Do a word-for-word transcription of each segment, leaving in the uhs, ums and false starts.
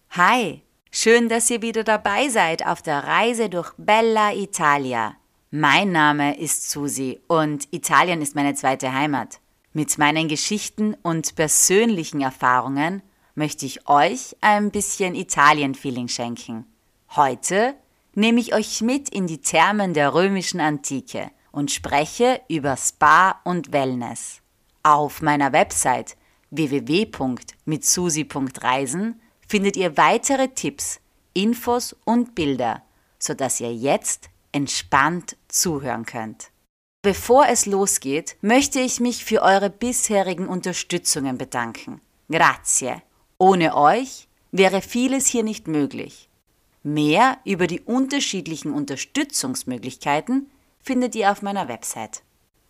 Hi, schön, dass ihr wieder dabei seid auf der Reise durch Bella Italia. Mein Name ist Susi und Italien ist meine zweite Heimat. Mit meinen Geschichten und persönlichen Erfahrungen möchte ich euch ein bisschen Italien-Feeling schenken. Heute nehme ich euch mit in die Thermen der römischen Antike und spreche über Spa und Wellness. Auf meiner Website w w w punkt mitsusi punkt reisen findet ihr weitere Tipps, Infos und Bilder, sodass ihr jetzt entspannt zuhören könnt. Bevor es losgeht, möchte ich mich für eure bisherigen Unterstützungen bedanken. Grazie. Ohne euch wäre vieles hier nicht möglich. Mehr über die unterschiedlichen Unterstützungsmöglichkeiten findet ihr auf meiner Website.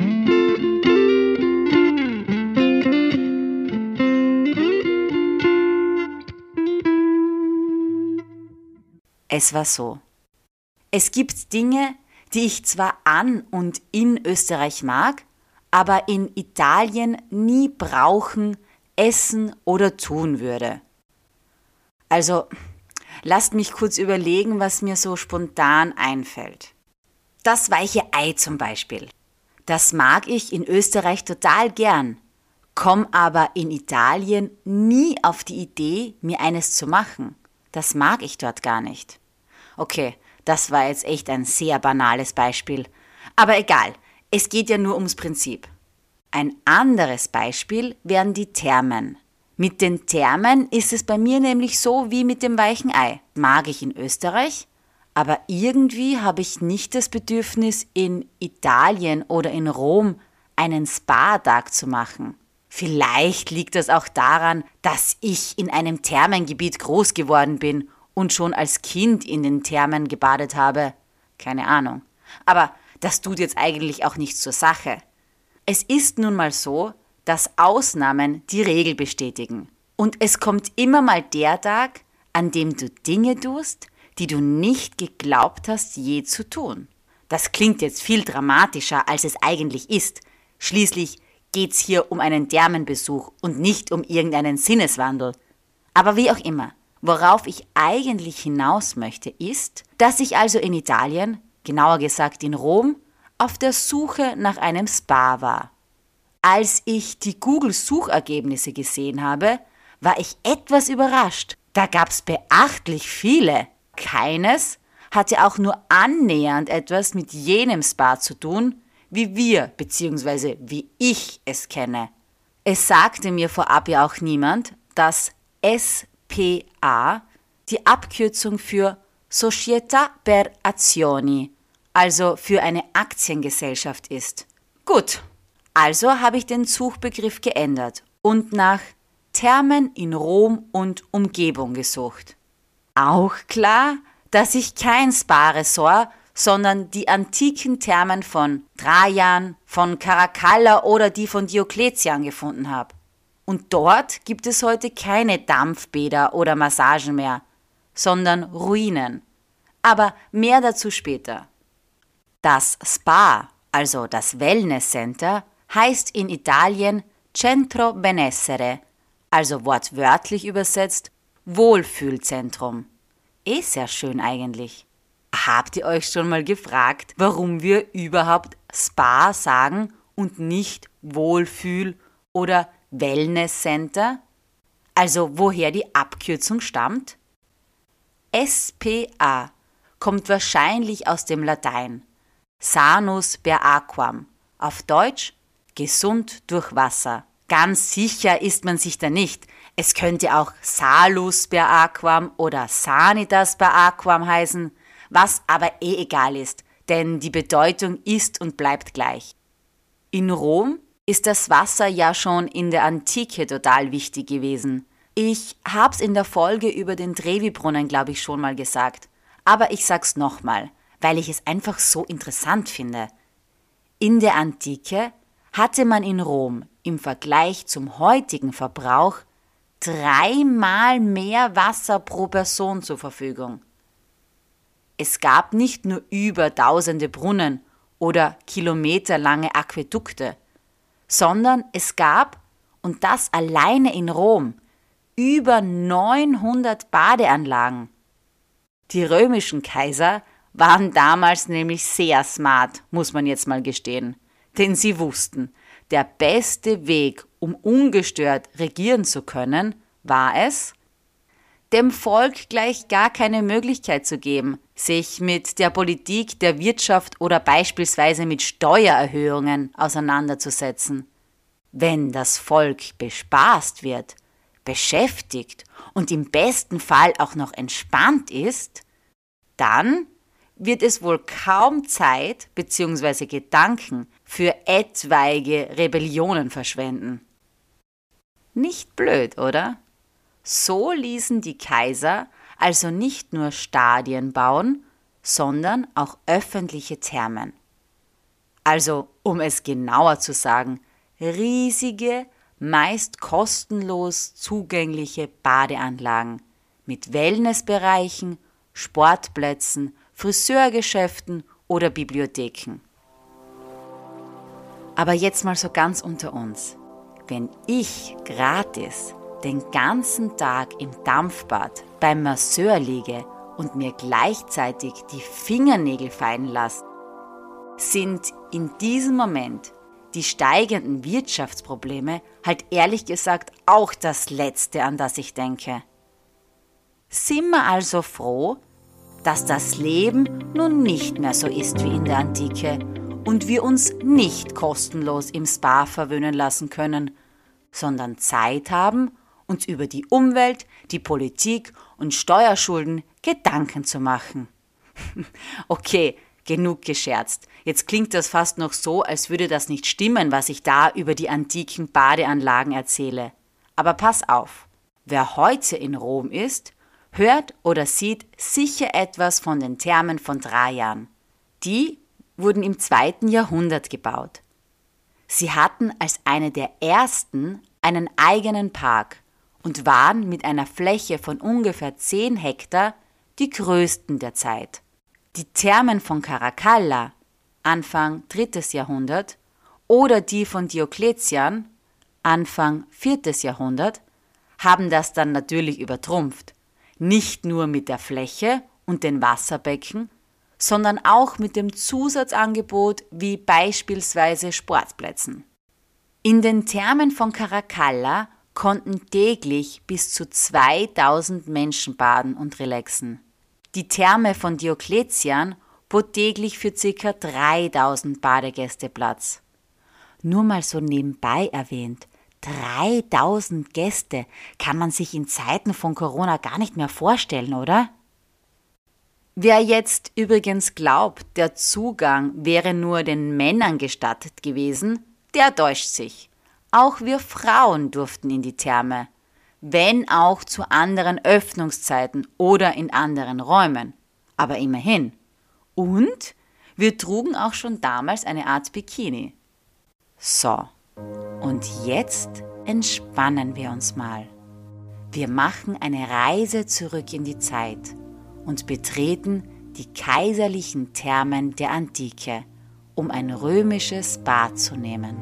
Es war so. Es gibt Dinge, die ich zwar an und in Österreich mag, aber in Italien nie brauchen, essen oder tun würde. Also, lasst mich kurz überlegen, was mir so spontan einfällt. Das weiche Ei zum Beispiel. Das mag ich in Österreich total gern, komme aber in Italien nie auf die Idee, mir eines zu machen. Das mag ich dort gar nicht. Okay, das war jetzt echt ein sehr banales Beispiel. Aber egal, es geht ja nur ums Prinzip. Ein anderes Beispiel wären die Thermen. Mit den Thermen ist es bei mir nämlich so wie mit dem weichen Ei. Mag ich in Österreich, aber irgendwie habe ich nicht das Bedürfnis, in Italien oder in Rom einen Spa-Tag zu machen. Vielleicht liegt das auch daran, dass ich in einem Thermengebiet groß geworden bin und schon als Kind in den Thermen gebadet habe. Keine Ahnung. Aber das tut jetzt eigentlich auch nichts zur Sache. Es ist nun mal so, dass Ausnahmen die Regel bestätigen. Und es kommt immer mal der Tag, an dem du Dinge tust, die du nicht geglaubt hast, je zu tun. Das klingt jetzt viel dramatischer, als es eigentlich ist. Schließlich geht's hier um einen Thermenbesuch und nicht um irgendeinen Sinneswandel. Aber wie auch immer, worauf ich eigentlich hinaus möchte, ist, dass ich also in Italien, genauer gesagt in Rom, auf der Suche nach einem Spa war. Als ich die Google-Suchergebnisse gesehen habe, war ich etwas überrascht. Da gab's beachtlich viele. Keines hatte auch nur annähernd etwas mit jenem Spa zu tun, wie wir bzw. wie ich es kenne. Es sagte mir vorab ja auch niemand, dass S P A die Abkürzung für Società per Azioni, also für eine Aktiengesellschaft ist. Gut, also habe ich den Suchbegriff geändert und nach Thermen in Rom und Umgebung gesucht. Auch klar, dass ich kein Spa-Resort, sondern die antiken Thermen von Trajan, von Caracalla oder die von Diokletian gefunden habe. Und dort gibt es heute keine Dampfbäder oder Massagen mehr, sondern Ruinen. Aber mehr dazu später. Das Spa, also das Wellness Center, heißt in Italien Centro Benessere, also wortwörtlich übersetzt Wohlfühlzentrum. Eh sehr schön eigentlich. Habt ihr euch schon mal gefragt, warum wir überhaupt Spa sagen und nicht Wohlfühl- oder Wellness-Center? Also woher die Abkürzung stammt? S P A kommt wahrscheinlich aus dem Latein. Sanus per aquam. Auf Deutsch gesund durch Wasser. Ganz sicher ist man sich da nicht. Es könnte auch Salus per aquam oder Sanitas per aquam heißen, was aber eh egal ist, denn die Bedeutung ist und bleibt gleich. In Rom ist das Wasser ja schon in der Antike total wichtig gewesen. Ich hab's in der Folge über den Trevi-Brunnen, glaube ich, schon mal gesagt. Aber ich sag's nochmal, weil ich es einfach so interessant finde. In der Antike hatte man in Rom im Vergleich zum heutigen Verbrauch dreimal mehr Wasser pro Person zur Verfügung. Es gab nicht nur über tausende Brunnen oder kilometerlange Aquädukte, sondern es gab, und das alleine in Rom, über neunhundert Badeanlagen. Die römischen Kaiser waren damals nämlich sehr smart, muss man jetzt mal gestehen. Denn sie wussten, der beste Weg, um ungestört regieren zu können, war es, dem Volk gleich gar keine Möglichkeit zu geben, sich mit der Politik, der Wirtschaft oder beispielsweise mit Steuererhöhungen auseinanderzusetzen. Wenn das Volk bespaßt wird, beschäftigt und im besten Fall auch noch entspannt ist, dann wird es wohl kaum Zeit bzw. Gedanken für etwaige Rebellionen verschwenden. Nicht blöd, oder? So ließen die Kaiser also nicht nur Stadien bauen, sondern auch öffentliche Thermen. Also, um es genauer zu sagen, riesige, meist kostenlos zugängliche Badeanlagen mit Wellnessbereichen, Sportplätzen, Friseurgeschäften oder Bibliotheken. Aber jetzt mal so ganz unter uns. Wenn ich gratis den ganzen Tag im Dampfbad beim Masseur liege und mir gleichzeitig die Fingernägel fallen lasse, sind in diesem Moment die steigenden Wirtschaftsprobleme halt ehrlich gesagt auch das Letzte, an das ich denke. Sind wir also froh, dass das Leben nun nicht mehr so ist wie in der Antike und wir uns nicht kostenlos im Spa verwöhnen lassen können, sondern Zeit haben, uns über die Umwelt, die Politik und Steuerschulden Gedanken zu machen. Okay, genug gescherzt. Jetzt klingt das fast noch so, als würde das nicht stimmen, was ich da über die antiken Badeanlagen erzähle. Aber pass auf, wer heute in Rom ist, hört oder sieht sicher etwas von den Thermen von Trajan. Die wurden im zweiten Jahrhundert gebaut. Sie hatten als eine der ersten einen eigenen Park und waren mit einer Fläche von ungefähr zehn Hektar die größten der Zeit. Die Thermen von Caracalla, Anfang drittes Jahrhundert, oder die von Diokletian, Anfang viertes Jahrhundert, haben das dann natürlich übertrumpft. Nicht nur mit der Fläche und den Wasserbecken, sondern auch mit dem Zusatzangebot wie beispielsweise Sportplätzen. In den Thermen von Caracalla konnten täglich bis zu zweitausend Menschen baden und relaxen. Die Therme von Diokletian bot täglich für ca. dreitausend Badegäste Platz. Nur mal so nebenbei erwähnt, dreitausend Gäste kann man sich in Zeiten von Corona gar nicht mehr vorstellen, oder? Wer jetzt übrigens glaubt, der Zugang wäre nur den Männern gestattet gewesen, der täuscht sich. Auch wir Frauen durften in die Therme, wenn auch zu anderen Öffnungszeiten oder in anderen Räumen. Aber immerhin. Und wir trugen auch schon damals eine Art Bikini. So, und jetzt entspannen wir uns mal. Wir machen eine Reise zurück in die Zeit und betreten die kaiserlichen Thermen der Antike, um ein römisches Bad zu nehmen.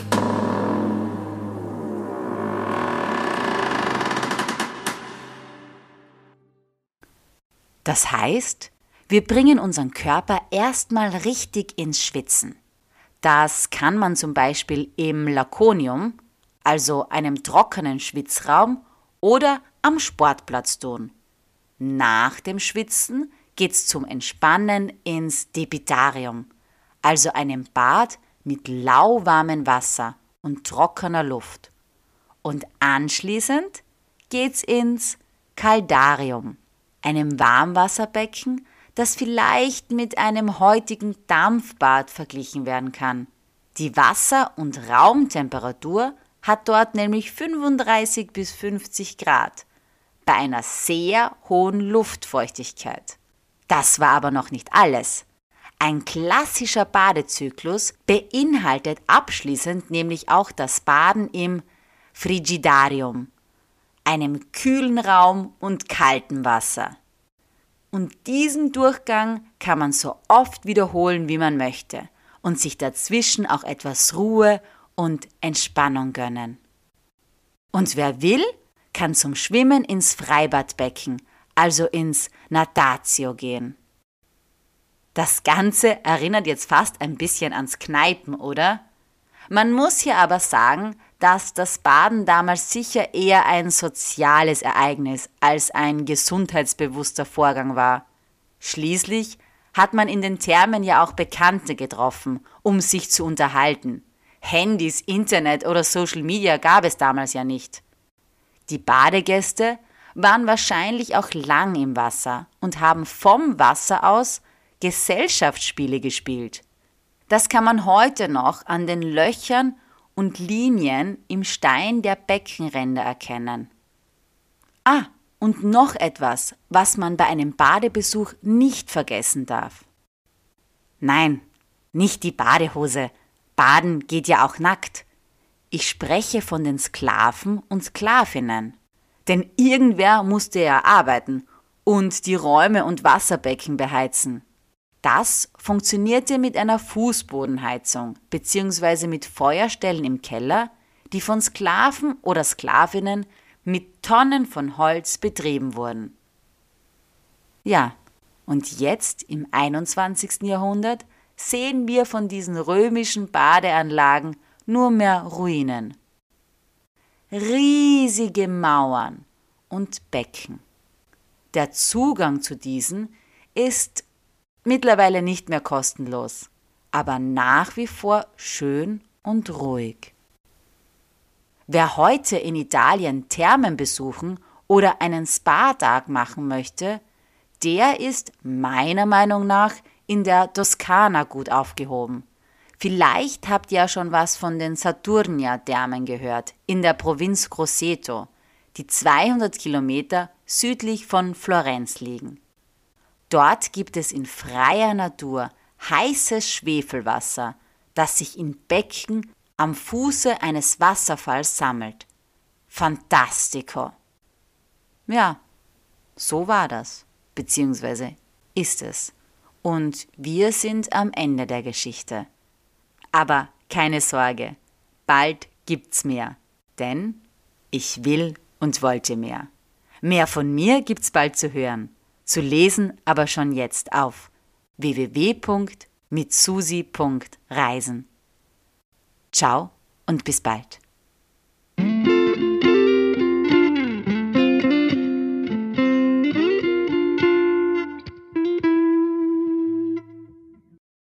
Das heißt, wir bringen unseren Körper erstmal richtig ins Schwitzen. Das kann man zum Beispiel im Lakonium, also einem trockenen Schwitzraum, oder am Sportplatz tun. Nach dem Schwitzen geht's zum Entspannen ins Depitarium, also einem Bad mit lauwarmem Wasser und trockener Luft. Und anschließend geht's ins Caldarium, einem Warmwasserbecken, das vielleicht mit einem heutigen Dampfbad verglichen werden kann. Die Wasser- und Raumtemperatur hat dort nämlich fünfunddreißig bis fünfzig Grad, bei einer sehr hohen Luftfeuchtigkeit. Das war aber noch nicht alles. Ein klassischer Badezyklus beinhaltet abschließend nämlich auch das Baden im Frigidarium, einem kühlen Raum und kaltem Wasser. Und diesen Durchgang kann man so oft wiederholen, wie man möchte und sich dazwischen auch etwas Ruhe und Entspannung gönnen. Und wer will, kann zum Schwimmen ins Freibadbecken, also ins Natatio gehen. Das Ganze erinnert jetzt fast ein bisschen ans Kneipen, oder? Man muss hier aber sagen, dass das Baden damals sicher eher ein soziales Ereignis als ein gesundheitsbewusster Vorgang war. Schließlich hat man in den Thermen ja auch Bekannte getroffen, um sich zu unterhalten. Handys, Internet oder Social Media gab es damals ja nicht. Die Badegäste waren wahrscheinlich auch lang im Wasser und haben vom Wasser aus Gesellschaftsspiele gespielt. Das kann man heute noch an den Löchern und Linien im Stein der Beckenränder erkennen. Ah, und noch etwas, was man bei einem Badebesuch nicht vergessen darf. Nein, nicht die Badehose. Baden geht ja auch nackt. Ich spreche von den Sklaven und Sklavinnen. Denn irgendwer musste ja arbeiten und die Räume und Wasserbecken beheizen. Das funktionierte mit einer Fußbodenheizung bzw. mit Feuerstellen im Keller, die von Sklaven oder Sklavinnen mit Tonnen von Holz betrieben wurden. Ja, und jetzt im einundzwanzigsten Jahrhundert sehen wir von diesen römischen Badeanlagen nur mehr Ruinen. Riesige Mauern und Becken. Der Zugang zu diesen ist mittlerweile nicht mehr kostenlos, aber nach wie vor schön und ruhig. Wer heute in Italien Thermen besuchen oder einen Spa-Tag machen möchte, der ist meiner Meinung nach in der Toskana gut aufgehoben. Vielleicht habt ihr ja schon was von den Saturnia-Thermen gehört, in der Provinz Grosseto, die zweihundert Kilometer südlich von Florenz liegen. Dort gibt es in freier Natur heißes Schwefelwasser, das sich in Becken am Fuße eines Wasserfalls sammelt. Fantastico! Ja, so war das, beziehungsweise ist es. Und wir sind am Ende der Geschichte. Aber keine Sorge, bald gibt's mehr, denn ich will und wollte mehr. Mehr von mir gibt's bald zu hören. Zu lesen aber schon jetzt auf w w w punkt mitsusi punkt reisen. Ciao und bis bald.